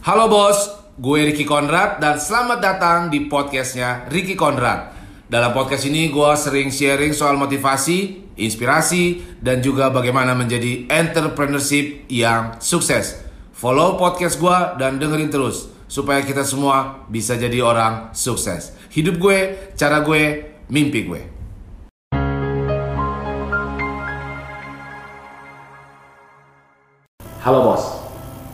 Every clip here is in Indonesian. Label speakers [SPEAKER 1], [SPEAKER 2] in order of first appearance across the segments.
[SPEAKER 1] Halo bos, gue Ricky Conrad dan selamat datang di podcastnya Ricky Conrad. Dalam podcast ini gue sering sharing soal motivasi, inspirasi, dan juga bagaimana menjadi entrepreneurship yang sukses. Follow podcast gue dan dengerin terus supaya kita semua bisa jadi orang sukses. Hidup gue, cara gue, mimpi gue. Halo bos.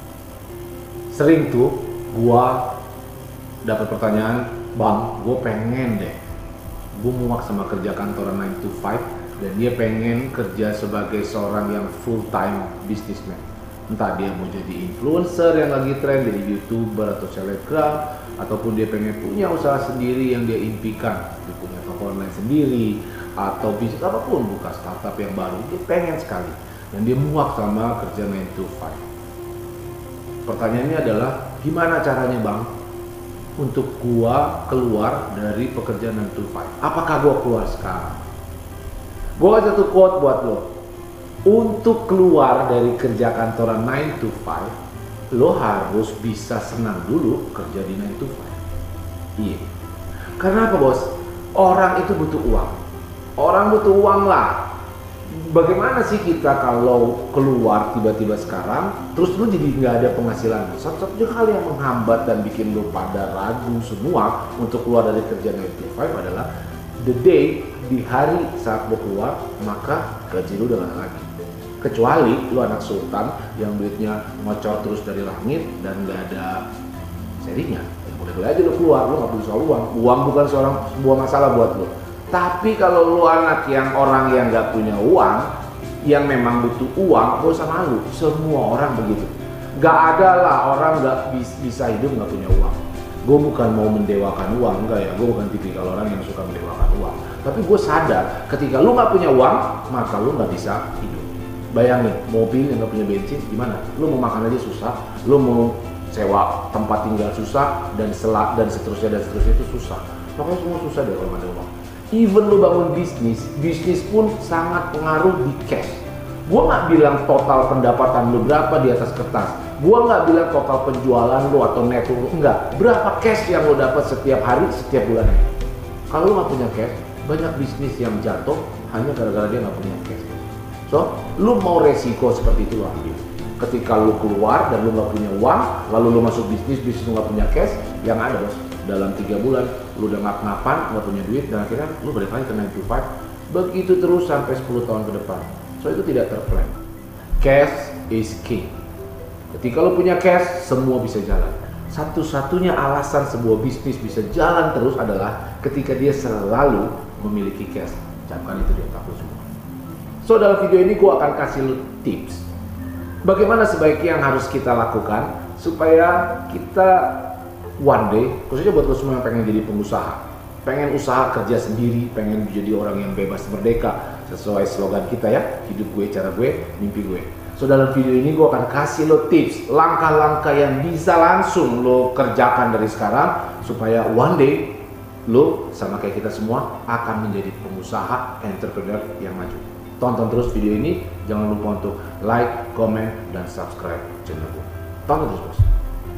[SPEAKER 1] Sering tuh gua dapat pertanyaan, "Bang, gue pengen deh. Gue muak sama kerja kantoran 9 to 5 dan dia pengen kerja sebagai seorang yang full time businessman." Entah dia mau jadi influencer yang lagi tren, jadi YouTuber atau selebgram, ataupun dia pengen punya usaha sendiri yang dia impikan, dia punya toko online sendiri atau bisnis apapun, buka startup yang baru, dia pengen sekali dan dia muak sama kerja 9 to 5. Pertanyaannya adalah, gimana caranya bang untuk gua keluar dari pekerjaan 9 to 5? Apakah gua keluar sekarang? Gua kasih satu quote buat lo. Untuk keluar dari kerja kantoran 9 to 5, lo harus bisa senang dulu kerja di 9 to 5. Iya. Karena apa bos? Orang itu butuh uang. Orang butuh uang lah. Bagaimana sih kita kalau keluar tiba-tiba sekarang terus lu jadi nggak ada penghasilan? Satu-satunya hal yang menghambat dan bikin lu pada ragu semua untuk keluar dari kerja 9 to 5 adalah the day, di hari saat lu keluar maka gaji lu udah nggak lagi. Kecuali lu anak sultan yang duitnya ngocor terus dari langit dan nggak ada serinya, ya boleh-boleh aja lu keluar, lu nggak perlu soal uang. Uang bukan sebuah masalah buat lu. Tapi kalau lu anak yang orang yang gak punya uang, yang memang butuh uang, gak usah malu. Semua orang begitu. Gak ada lah orang gak bisa hidup gak punya uang. Gue bukan mau mendewakan uang, enggak ya. Gue bukan tipikal orang yang suka mendewakan uang. Tapi gue sadar ketika lu gak punya uang, maka lu gak bisa hidup. Bayangin, mobil yang gak punya bensin gimana? Lu mau makan aja susah, lu mau sewa tempat tinggal susah, dan seterusnya itu susah. Pokoknya semua susah deh kalau gak ada uang. Even lu bangun bisnis pun sangat pengaruh di cash. Gua nggak bilang total pendapatan lu berapa di atas kertas. Gua nggak bilang total penjualan lu atau net lu, enggak. Berapa cash yang lu dapat setiap hari, setiap bulannya. Kalau lu nggak punya cash, banyak bisnis yang jatuh hanya gara-gara dia nggak punya cash. So, lu mau resiko seperti itu lu ambil. Ketika lu keluar dan lu nggak punya uang, lalu lu masuk bisnis lu nggak punya cash, yang ada bos. Dalam 3 bulan lu udah ngap-ngapan, gak punya duit, dan akhirnya lu balik lagi ke 9 to 5. Begitu terus sampai 10 tahun ke depan. So itu tidak terplan. Cash is king. Ketika lu punya cash, semua bisa jalan. Satu-satunya alasan sebuah bisnis bisa jalan terus adalah ketika dia selalu memiliki cash. Camkan itu di otak lu semua. So dalam video ini gua akan kasih lu tips bagaimana sebaiknya yang harus kita lakukan supaya kita one day, khususnya buat lo semua yang pengen jadi pengusaha, pengen usaha kerja sendiri, pengen jadi orang yang bebas merdeka sesuai slogan kita ya, hidup gue, cara gue, mimpi gue. So dalam video ini gue akan kasih lo tips, langkah-langkah yang bisa langsung lo kerjakan dari sekarang supaya one day lo sama kayak kita semua akan menjadi pengusaha, entrepreneur yang maju. Tonton terus video ini, jangan lupa untuk like, comment, dan subscribe channel gue. Tonton terus bos.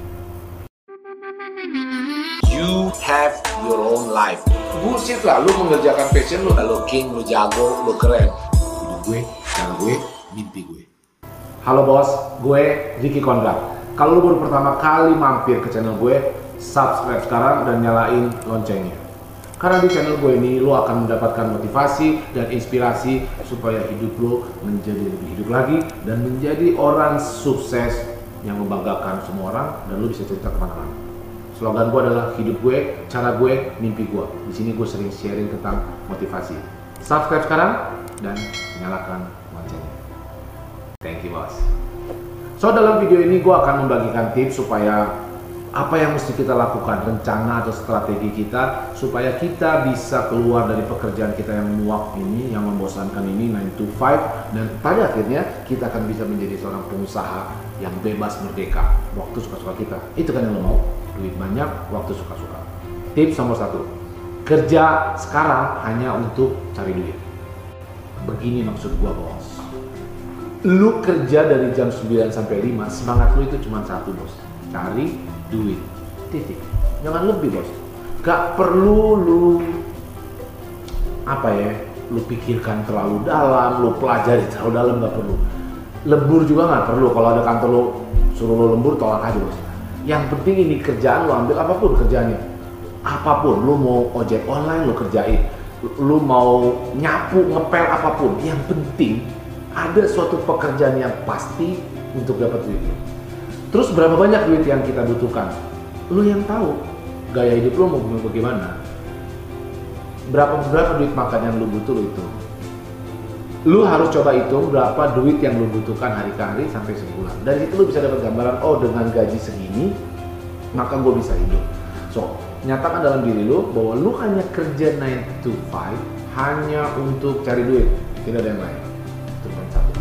[SPEAKER 1] You have your own life. Bullshit lah, lu mengerjakan passion lu. Lu king, lu jago, lu keren. Hidup gue, cara gue, mimpi gue. Halo bos, gue Ricky Conrad. Kalau lu baru pertama kali mampir ke channel gue, subscribe sekarang dan nyalain loncengnya. Karena di channel gue ini lu akan mendapatkan motivasi dan inspirasi supaya hidup lu menjadi lebih hidup lagi dan menjadi orang sukses yang membanggakan semua orang dan lu bisa cerita kemana-mana. Slogan gue adalah hidup gue, cara gue, mimpi gue. Di sini gue sering sharing tentang motivasi. Subscribe sekarang dan nyalakan loncengnya. Thank you bos. So dalam video ini gue akan membagikan tips supaya apa yang mesti kita lakukan, rencana atau strategi kita supaya kita bisa keluar dari pekerjaan kita yang muak ini, yang membosankan ini 9 to 5, dan pada akhirnya kita akan bisa menjadi seorang pengusaha yang bebas merdeka. Waktu suka-suka kita. Itu kan yang lo mau. Duit banyak, waktu suka-suka. Tips nomor 1, kerja sekarang hanya untuk cari duit. Begini maksud gua bos. Lu kerja dari jam 9 sampai 5, semangat lu itu cuma satu bos, cari duit, titik. Jangan lebih bos. Gak perlu lu lu pikirkan terlalu dalam, lu pelajari terlalu dalam, gak perlu. Lembur juga gak perlu. Kalau ada kantor lu suruh lu lembur, tolak aja bos. Yang penting ini kerjaan lu ambil apapun kerjaannya, apapun. Lu mau ojek online lu kerjain, lu mau nyapu, ngepel, apapun. Yang penting ada suatu pekerjaan yang pasti untuk dapat duit. Terus berapa banyak duit yang kita butuhkan? Lu yang tahu. Gaya hidup lu mau bagaimana? Berapa duit makan yang lu butuh, lu itu. Lu harus coba hitung berapa duit yang lu butuhkan hari ke hari sampai sebulan. Dari situ lu bisa dapat gambaran, oh dengan gaji segini maka gue bisa hidup. So, nyatakan dalam diri lu bahwa lu hanya kerja 9 to 5 hanya untuk cari duit, tidak ada yang lain. Itu poin satu.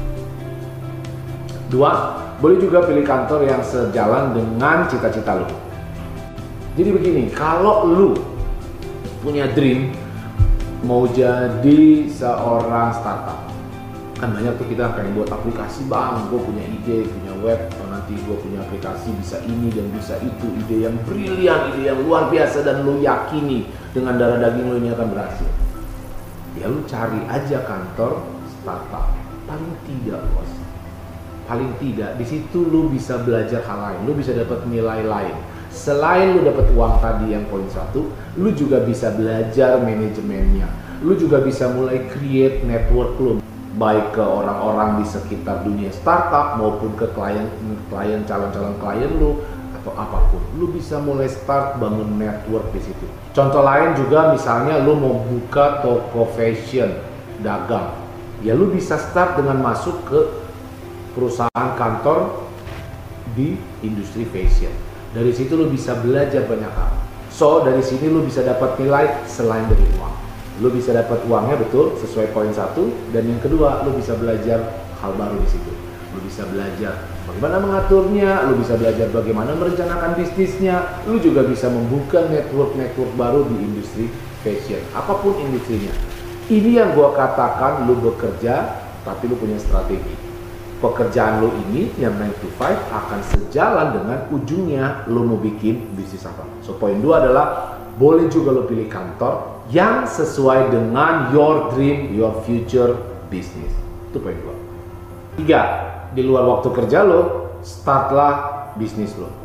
[SPEAKER 1] Dua, boleh juga pilih kantor yang sejalan dengan cita-cita lu. Jadi begini, kalau lu punya dream mau jadi seorang startup, kan banyak tuh kita pengen buat aplikasi, bang, gue punya ide, punya web, nanti gue punya aplikasi bisa ini dan bisa itu, ide yang brilian, ide yang luar biasa, dan lu yakini dengan darah daging lu ini akan berhasil. Ya lu cari aja kantor startup, paling tidak bos, paling tidak di situ lu bisa belajar hal lain, lu bisa dapat nilai lain. Selain lu dapat uang tadi yang poin satu, lu juga bisa belajar manajemennya, lu juga bisa mulai create network lu, baik ke orang-orang di sekitar dunia startup maupun ke klien, calon-calon klien lu atau apapun. Lu bisa mulai start bangun network di situ. Contoh lain juga misalnya lu mau buka toko fashion, dagang. Ya lu bisa start dengan masuk ke perusahaan kantor di industri fashion. Dari situ lu bisa belajar banyak hal. So dari sini lu bisa dapat nilai selain dari uang. Lu bisa dapat uangnya betul sesuai poin satu, dan yang kedua lu bisa belajar hal baru di situ. Lu bisa belajar bagaimana mengaturnya, lu bisa belajar bagaimana merencanakan bisnisnya, lu juga bisa membuka network baru di industri fashion, apapun industrinya. Ini yang gua katakan, lu bekerja tapi lu punya strategi. Pekerjaan lo ini yang 9 to 5 akan sejalan dengan ujungnya lo mau bikin bisnis apa. So poin 2 adalah boleh juga lo pilih kantor yang sesuai dengan your dream, your future business. Itu poin 2. 3, di luar waktu kerja lo, startlah bisnis lo.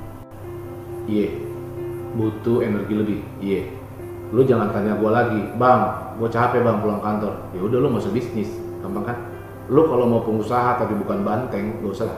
[SPEAKER 1] Butuh energi lebih. Lo jangan tanya gue lagi, bang, gue capek bang pulang kantor. Ya udah lo masuk bisnis, gampang kan? Lo kalau mau pengusaha tapi bukan banteng, gak usah lah.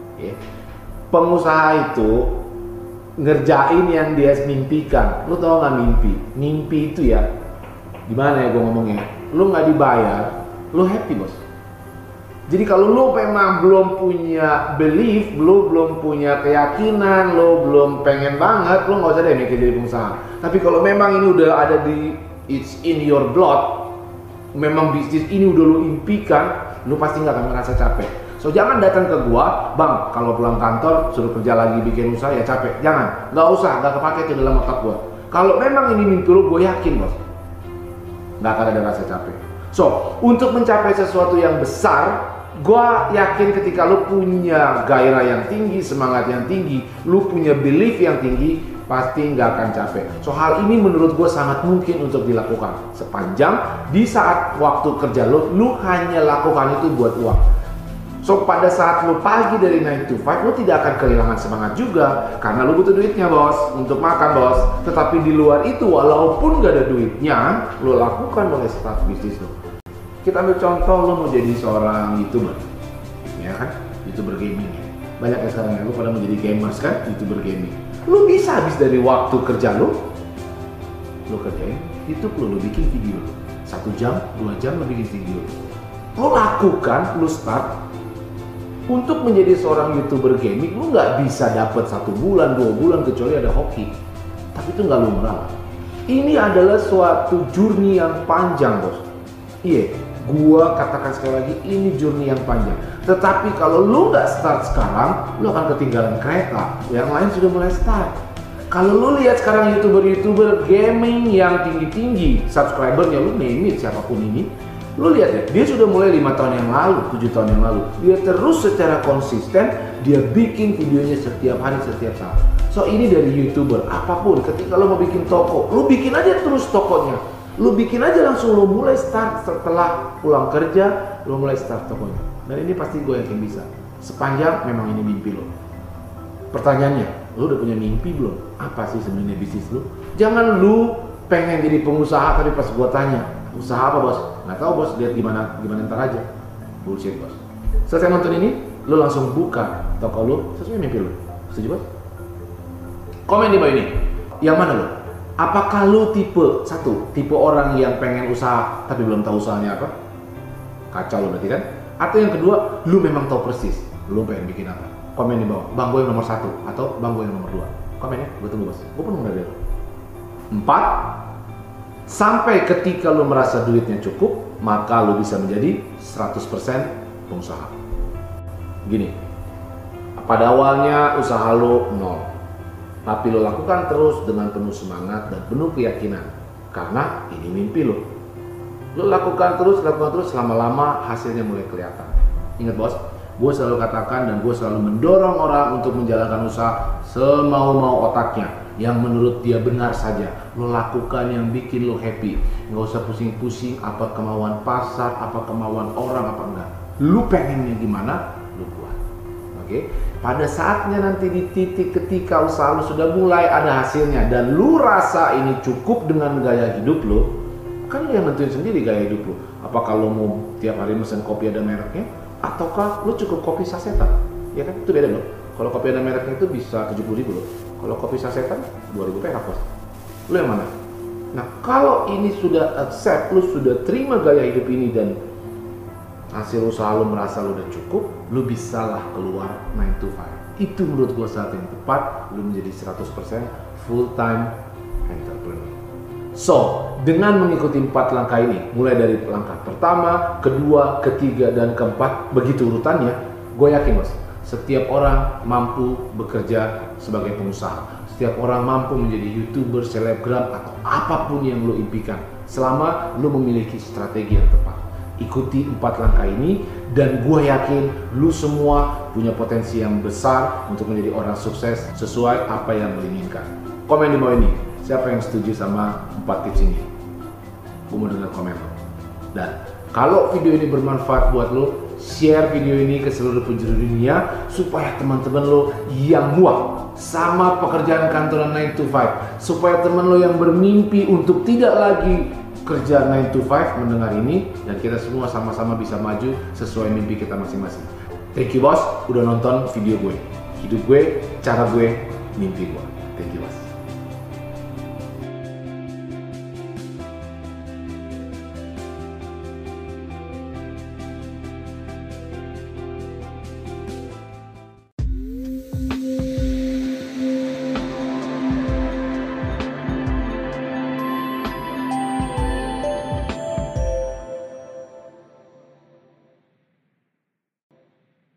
[SPEAKER 1] Pengusaha itu ngerjain yang dia mimpikan. Lo tau gak mimpi? Mimpi itu ya, gimana ya gue ngomongnya? Lo gak dibayar, lo happy bos. Jadi kalau lo memang belum punya belief, lo belum punya keyakinan, lo belum pengen banget, lo gak usah deh mikir jadi pengusaha. Tapi kalau memang ini udah ada di it's in your blood, memang bisnis ini udah lo impikan, lu pasti nggak akan merasa capek. So jangan datang ke gua, bang, kalau pulang kantor suruh kerja lagi bikin usaha ya capek. Jangan, nggak usah, nggak kepake itu dalam otak gua. Kalau memang ini mimpi lu, gua yakin bos, nggak akan ada rasa capek. So untuk mencapai sesuatu yang besar, gua yakin ketika lu punya gairah yang tinggi, semangat yang tinggi, lu punya belief yang tinggi, pasti nggak akan capek. So hal ini menurut gue sangat mungkin untuk dilakukan sepanjang di saat waktu kerja lu hanya lakukan itu buat uang. So pada saat lu pagi dari 9 to 5, lu tidak akan kehilangan semangat juga karena lu butuh duitnya bos untuk makan bos. Tetapi di luar itu walaupun gak ada duitnya, lu lakukan mulai start bisnis lu. Kita ambil contoh, lu mau jadi seorang YouTuber, ya kan? YouTuber gaming ya. Banyak yang sekarang lu pada mau jadi gamers kan, YouTuber gaming. Lu bisa habis dari waktu kerja lu kerjain YouTube lu bikin video lu 1 jam, 2 jam lu bikin video lu lakukan, lu start. Untuk menjadi seorang YouTuber gaming lu nggak bisa dapat 1 bulan, 2 bulan kecuali ada hoki, tapi itu nggak lumrah. Ini adalah suatu journey yang panjang bos. Gua katakan sekali lagi, ini journey yang panjang. Tetapi kalau lu nggak start sekarang, lu akan ketinggalan kereta. Yang lain sudah mulai start. Kalau lu lihat sekarang YouTuber gaming yang tinggi-tinggi subscribernya, lu name it siapapun ini, Lu lihat ya, dia sudah mulai 5 tahun yang lalu, 7 tahun yang lalu. Dia terus secara konsisten, dia bikin videonya setiap hari, setiap saat. So ini dari YouTuber, apapun, ketika lo mau bikin toko, lu bikin aja terus tokonya. Lu bikin aja langsung, lu mulai start setelah pulang kerja, lu mulai start tokonya. Dan ini pasti gue yakin bisa. Sepanjang memang ini mimpi lo. Pertanyaannya, lu udah punya mimpi belum? Apa sih sebenarnya bisnis lu? Jangan lu pengen jadi pengusaha, tapi pas gue tanya, usaha apa bos? Nggak tahu bos, lihat gimana ntar aja. Bullshit bos. Selesai nonton ini, lu langsung buka toko lu sesuai mimpi lu. Setuju bos? Komen di bawah ini. Yang mana lu? Apakah lu tipe orang yang pengen usaha tapi belum tahu usahanya apa? Kacau lu berarti kan? Atau yang kedua, lu memang tahu persis lu pengen bikin apa? Komen di bawah. Bang gue yang nomor 1 atau bang gue yang nomor 2. Komen ya, gue tunggu bos. Gue penuh dari lu. 4. Sampai ketika lu merasa duitnya cukup, maka lu bisa menjadi 100% pengusaha. Gini, pada awalnya usaha lu 0. Tapi lo lakukan terus dengan penuh semangat dan penuh keyakinan. Karena ini mimpi lo. Lo lakukan terus, lama-lama hasilnya mulai kelihatan. Ingat bos, gue selalu katakan dan gue selalu mendorong orang untuk menjalankan usaha semau-mau otaknya. Yang menurut dia benar saja. Lo lakukan yang bikin lo happy. Nggak usah pusing-pusing apa kemauan pasar, apa kemauan orang, apa enggak. Lo pengennya gimana, lo buat. Oke? Pada saatnya nanti di titik ketika usaha lu sudah mulai ada hasilnya dan lu rasa ini cukup dengan gaya hidup lu, kan lu yang nentuin sendiri gaya hidup lu. Apakah lu mau tiap hari mesen kopi ada mereknya, ataukah lu cukup kopi sasetan? Ya kan, itu beda loh. Kalau kopi ada mereknya itu bisa 70.000 loh. Kalau kopi sasetan 2.000 perak bos. Lu yang mana? Nah kalau ini sudah accept, lu sudah terima gaya hidup ini dan hasil usaha lu merasa lu udah cukup, lu bisalah keluar 9 to 5. Itu menurut gua saat yang tepat, lu menjadi 100% full time entrepreneur. So, dengan mengikuti 4 langkah ini, mulai dari langkah pertama, kedua, ketiga, dan keempat, begitu urutannya, gue yakin bos, setiap orang mampu bekerja sebagai pengusaha. Setiap orang mampu menjadi YouTuber, selebgram, atau apapun yang lu impikan, selama lu memiliki strategi yang tepat. Ikuti 4 langkah ini dan gue yakin lu semua punya potensi yang besar untuk menjadi orang sukses sesuai apa yang lu inginkan. Komen di bawah ini, siapa yang setuju sama 4 tips ini? Gue mau dengar komen lo. Dan kalau video ini bermanfaat buat lo, share video ini ke seluruh penjuru dunia supaya teman-teman lo yang muak sama pekerjaan kantoran 9 to 5, supaya teman lo yang bermimpi untuk tidak lagi kerja 9 to 5 mendengar ini dan kita semua sama-sama bisa maju sesuai mimpi kita masing-masing. Thank you bos, udah nonton video gue. Hidup gue, cara gue, mimpi gue. Thank you bos.